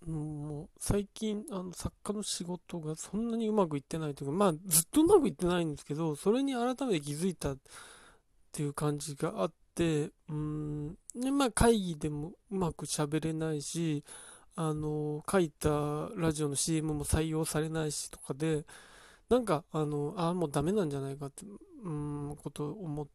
もう最近作家の仕事がそんなにうまくいってないというか、まあずっとうまくいってないんですけど、それに改めて気づいたっていう感じがあって、でまあ会議でもうまく喋れないし、書いたラジオの CM も採用されないしとかで、なんかもうダメなんじゃないかって、ことを思って、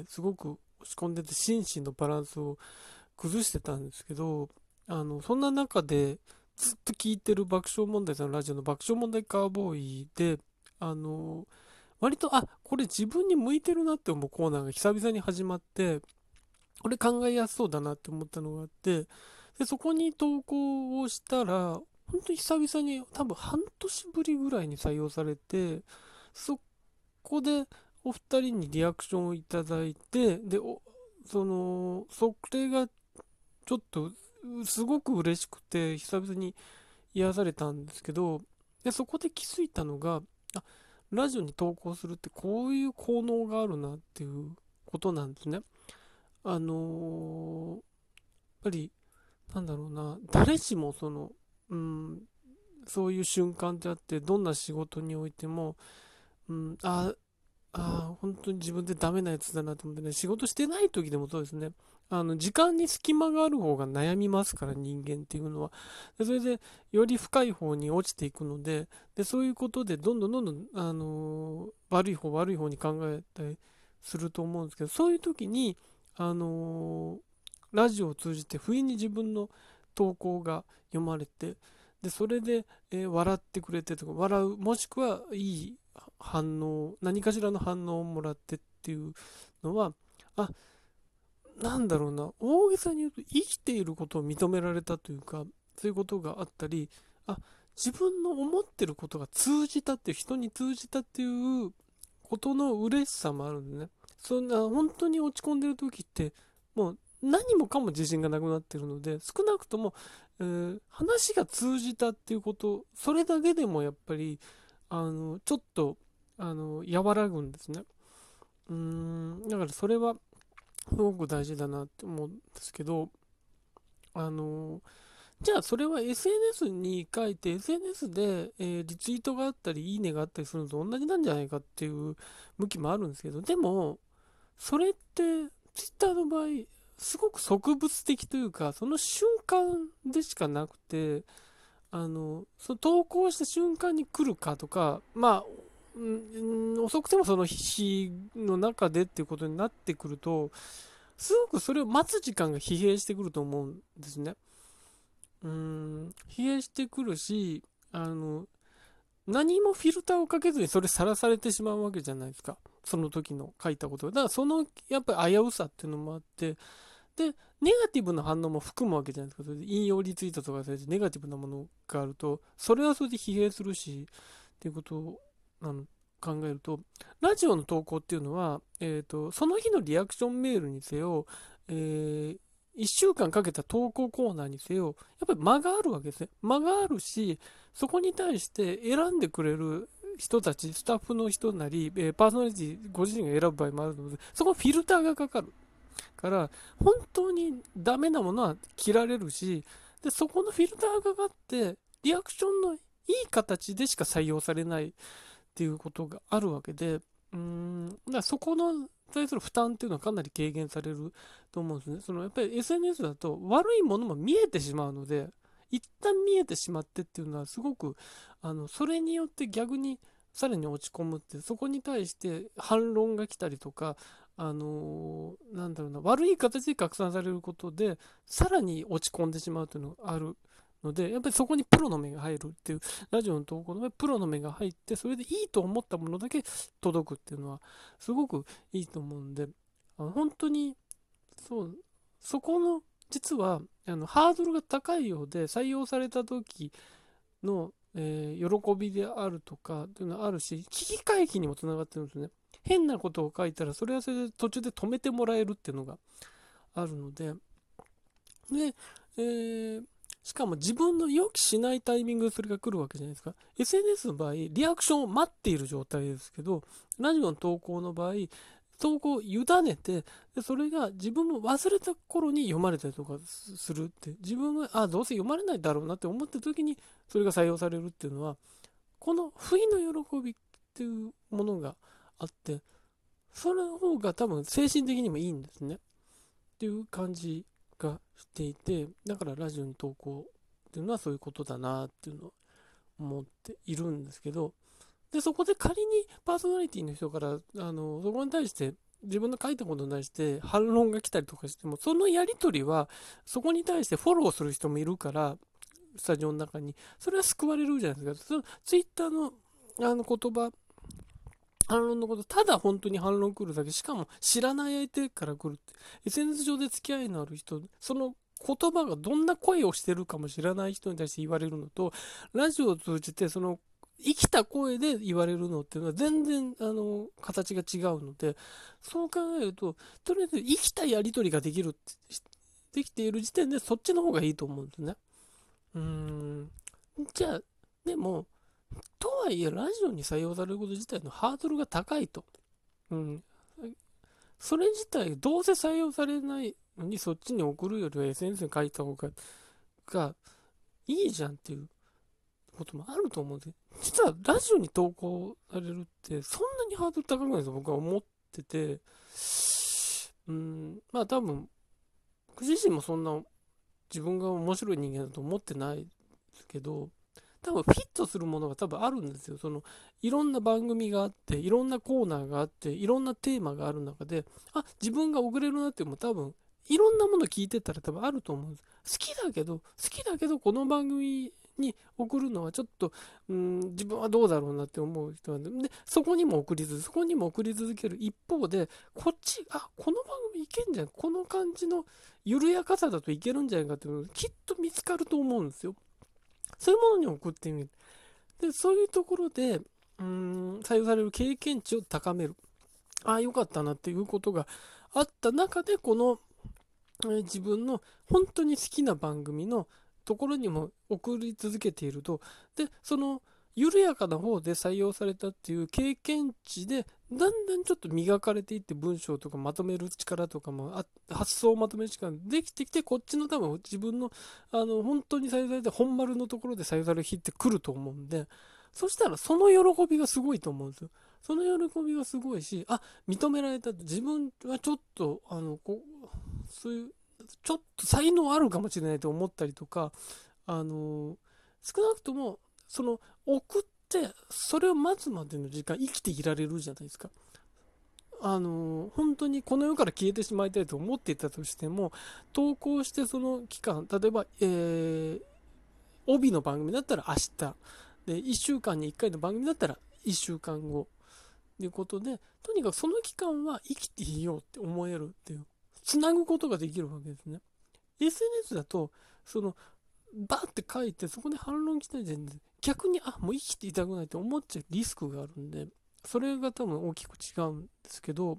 すごく落ち込んでて心身のバランスを崩してたんですけど、そんな中でずっと聞いてる爆笑問題さんのラジオの爆笑問題カーボーイで、あの、割と、これ自分に向いてるなって思うコーナーが久々に始まって、これ考えやすそうだなって思ったのがあって、で、そこに投稿をしたら、本当に久々に多分半年ぶりぐらいに採用されて、そこでお二人にリアクションをいただいて、で、それがちょっとすごく嬉しくて久々に癒されたんですけど、でそこで気づいたのが、あラジオに投稿するってこういう効能があるなっていうことなんですね。やっぱりなんだろうな、誰しもうん、そういう瞬間ってあって、どんな仕事においても、うん、本当に自分でダメなやつだなと思ってね、仕事してない時でもそうですね。時間に隙間がある方が悩みますから、人間っていうのは。でそれで、より深い方に落ちていくので、そういうことで、どんどんどんどん、悪い方に考えたりすると思うんですけど、そういう時に、あのラジオを通じて、不意に自分の投稿が読まれて、で、それで、笑ってくれてとか、笑う、もしくはいい何かしらの反応をもらってっていうのは、あ、なんだろうな、大げさに言うと生きていることを認められたというか、そういうことがあったり、あ、自分の思ってることが通じたっていう、人に通じたっていうことの嬉しさもあるんでね。そんな、本当に落ち込んでる時って、もう何もかも自信がなくなってるので、少なくとも、話が通じたっていうこと、それだけでもやっぱり、ちょっと、和らぐんですね。だからそれはすごく大事だなって思うんですけど、あの、じゃあそれは SNS に書いて SNS で、リツイートがあったりいいねがあったりするのと同じなんじゃないかっていう向きもあるんですけど、でも、それって Twitter の場合、すごく植物的というか、その瞬間でしかなくて、その投稿した瞬間に来るかとか、遅くてもその日の中でっていうことになってくると、すごくそれを待つ時間が疲弊してくると思うんですね。疲弊してくるし、あの、何もフィルターをかけずにそれさらされてしまうわけじゃないですか。その時の書いたことが。だからそのやっぱり危うさっていうのもあって、で、ネガティブな反応も含むわけじゃないですか。それで引用リツイートとかされてネガティブなものがあると、それはそれで疲弊するし、っていうことを考えると、ラジオの投稿っていうのは、その日のリアクションメールにせよ、1週間かけた投稿コーナーにせよ、やっぱり間があるわけですね。間があるし、そこに対して選んでくれる人たち、スタッフの人なり、パーソナリティご自身が選ぶ場合もあるので、そこフィルターがかかる。から、本当にダメなものは切られるし、で、そこのフィルターがかかって、リアクションのいい形でしか採用されないっていうことがあるわけで、だからそこの対する負担っていうのはかなり軽減されると思うんですね。やっぱり SNS だと悪いものも見えてしまうので、一旦見えてしまってっていうのはすごく、それによって逆にさらに落ち込むって、そこに対して反論が来たりとか、なんだろうな、悪い形で拡散されることで、さらに落ち込んでしまうというのがあるので、やっぱりそこにプロの目が入るっていう、ラジオの投稿のプロの目が入って、それでいいと思ったものだけ届くっていうのは、すごくいいと思うんで、本当に、そう、そこの、実は、ハードルが高いようで、採用された時の、喜びであるとかっていうのはあるし、危機回避にもつながってるんですね。変なことを書いたら、それはそれで途中で止めてもらえるっていうのがあるので、で、えーしかも自分の予期しないタイミングでそれが来るわけじゃないですか。SNS の場合、リアクションを待っている状態ですけど、ラジオの投稿の場合、 投稿を委ねて、でそれが自分も忘れた頃に読まれたりとかするって、自分がどうせ読まれないだろうなって思った時にそれが採用されるっていうのは、この不意の喜びっていうものがあって、それの方が多分精神的にもいいんですねっていう感じがしていて、だからラジオに投稿っていうのはそういうことだなっていうのを思っているんですけど、でそこで仮にパーソナリティの人からそこに対して自分の書いたことに対して反論が来たりとかしても、そのやり取りはそこに対してフォローする人もいるから、スタジオの中にそれは救われるじゃないですか。そのツイッターの言葉、反論のこと、ただ本当に反論来るだけ、しかも知らない相手から来るって、SNS 上で付き合いのある人、その言葉がどんな声をしてるかも知らない人に対して言われるのと、ラジオを通じてその生きた声で言われるのっていうのは全然形が違うので、そう考えると、とりあえず生きたやり取りができるって、できている時点でそっちの方がいいと思うんですね。じゃあ、でも、とはいえ、ラジオに採用されること自体のハードルが高いと。うん。それ自体、どうせ採用されないのに、そっちに送るよりは SNS に書いた方がいいじゃんっていうこともあると思うんです。実は、ラジオに投稿されるって、そんなにハードル高くないですよ、僕は思ってて。まあ多分、僕自身もそんな自分が面白い人間だと思ってないですけど、多分フィットするものが多分あるんですよ。いろんな番組があって、いろんなコーナーがあって、いろんなテーマがある中で、自分が遅れるなっても多分、いろんなもの聞いてたら多分あると思うんです。好きだけど、この番組に送るのはちょっと、自分はどうだろうなって思う人なんで、そこにも送り続ける一方で、こっち、この番組いけんじゃん。この感じの緩やかさだといけるんじゃないかっていうのがきっと見つかると思うんですよ。そういうものに送ってみる。で、そういうところで、採用される経験値を高める。よかったなっていうことがあった中で、この、自分の本当に好きな番組のところにも送り続けていると、で、その、緩やかな方で採用されたっていう経験値で、だんだんちょっと磨かれていって、文章とかまとめる力とかも、発想をまとめる力ができてきて、こっちの多分自分の、本当に採用されて本丸のところで採用される日って来ると思うんで、そしたらその喜びがすごいと思うんですよ。その喜びがすごいし、認められたって、自分はちょっと、そういう、ちょっと才能あるかもしれないと思ったりとか、少なくとも、送って、それを待つまでの時間、生きていられるじゃないですか。本当にこの世から消えてしまいたいと思っていたとしても、投稿してその期間、例えば、帯の番組だったら明日、で、1週間に1回の番組だったら1週間後、ということで、とにかくその期間は生きていようって思えるっていう、つなぐことができるわけですね。SNS だと、バーって書いて、そこで反論来た時点で、逆に、もう生きていたくないって思っちゃうリスクがあるんで、それが多分大きく違うんですけど、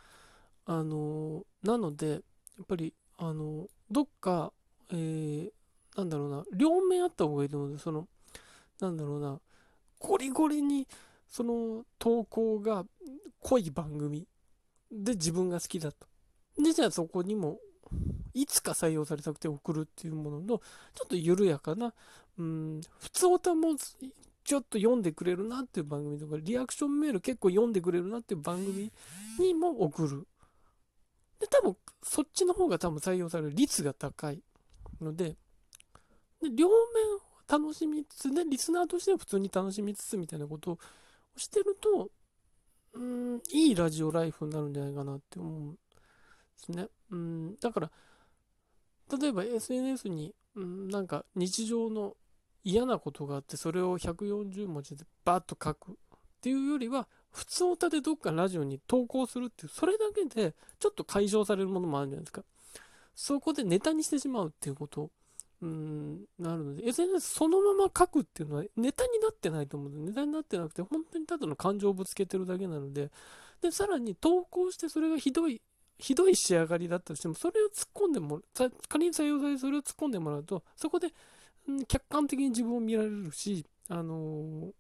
なので、やっぱり、どっか、なんだろうな、両面あった方がいいと思うんで、なんだろうな、ゴリゴリに、投稿が濃い番組で自分が好きだと。で、じゃあそこにもいつか採用されたくて送るっていうものの、ちょっと緩やかな、普通歌もちょっと読んでくれるなっていう番組とか、リアクションメール結構読んでくれるなっていう番組にも送る。で、多分、そっちの方が多分採用される率が高いので、両面楽しみつつね、リスナーとしては普通に楽しみつつみたいなことをしてると、いいラジオライフになるんじゃないかなって思うんですね。だから、例えば SNS に、なんか日常の嫌なことがあって、それを140文字でバーッと書くっていうよりは、普通歌でどっかラジオに投稿するっていう、それだけでちょっと解消されるものもあるじゃないですか。そこでネタにしてしまうっていうことなるので、SNS そのまま書くっていうのはネタになってないと思うので、ネタになってなくて、本当にただの感情をぶつけてるだけなので、で、さらに投稿してそれがひどい仕上がりだったとしても、それを突っ込んでもらう、仮に採用されてそれを突っ込んでもらうと、そこで、客観的に自分を見られるし、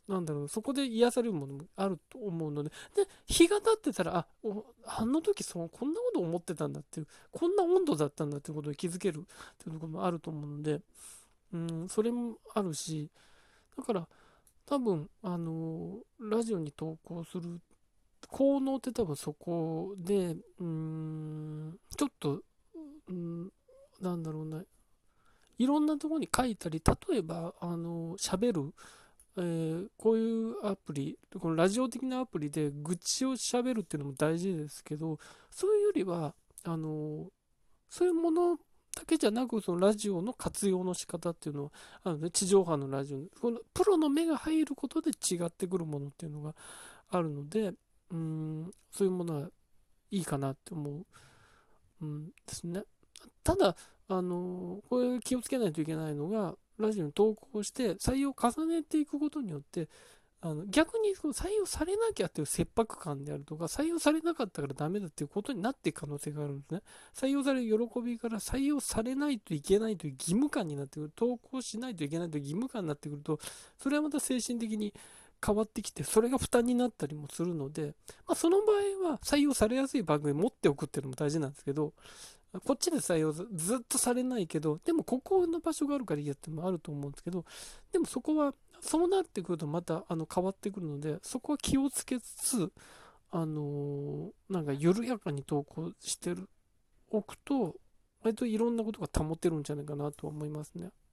なんだろう、そこで癒されるものもあると思うので、で、日が経ってたら、あの時こんなこと思ってたんだっていう、こんな温度だったんだっていうことに気づけるっていうところもあると思うので、それもあるし、だから多分、ラジオに投稿する効能って多分そこで、ちょっと、うん、なんだろうな、いろんなところに書いたり、例えば、喋る、こういうアプリ、このラジオ的なアプリで愚痴を喋るっていうのも大事ですけど、そういうよりは、あの、そういうものだけじゃなく、そのラジオの活用の仕方っていうのは、地上波のラジオ、このプロの目が入ることで違ってくるものっていうのがあるので、そういうものはいいかなって思う、ですね。ただ、これ気をつけないといけないのが、ラジオに投稿して採用を重ねていくことによって、逆にその採用されなきゃっていう切迫感であるとか、採用されなかったからダメだっていうことになっていく可能性があるんですね。採用される喜びから採用されないといけないという義務感になってくる、投稿しないといけないという義務感になってくると、それはまた精神的に変わってきて、それが負担になったりもするので、その場合は採用されやすい番組持っておくっていうのも大事なんですけど、こっちで採用ずっとされないけど、でもここの場所があるからいいやってのもあると思うんですけど、でもそこは、そうなってくるとまた変わってくるので、そこは気をつけつつ、なんか緩やかに投稿しておくと、割といろんなことが保てるんじゃないかなと思いますね。